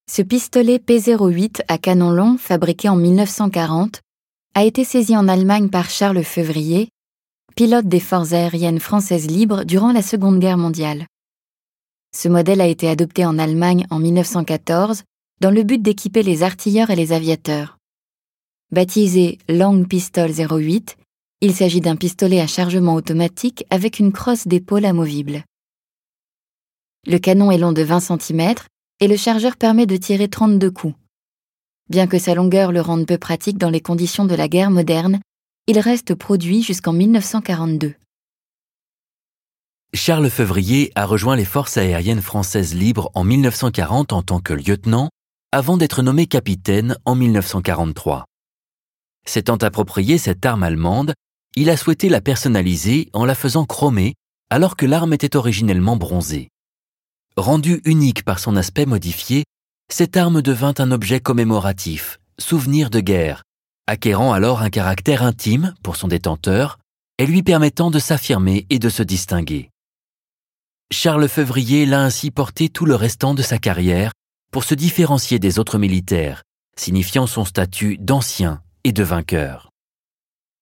Ce pistolet P08 à canon long, fabriqué en 1940, a été saisi en Allemagne par Charles Fevrier, pilote des forces aériennes françaises libres durant la Seconde Guerre mondiale. Ce modèle a été adopté en Allemagne en 1914 dans le but d'équiper les artilleurs et les aviateurs. Baptisé Long Pistol 08, il s'agit d'un pistolet à chargement automatique avec une crosse d'épaule amovible. Le canon est long de 20 cm et le chargeur permet de tirer 32 coups. Bien que sa longueur le rende peu pratique dans les conditions de la guerre moderne, il reste produit jusqu'en 1942. Charles Fevrier a rejoint les forces aériennes françaises libres en 1940 en tant que lieutenant, avant d'être nommé capitaine en 1943. S'étant approprié cette arme allemande, il a souhaité la personnaliser en la faisant chromer alors que l'arme était originellement bronzée. Rendue unique par son aspect modifié, cette arme devint un objet commémoratif, souvenir de guerre, acquérant alors un caractère intime pour son détenteur et lui permettant de s'affirmer et de se distinguer. Charles Fevrier l'a ainsi porté tout le restant de sa carrière pour se différencier des autres militaires, signifiant son statut d'ancien et de vainqueur.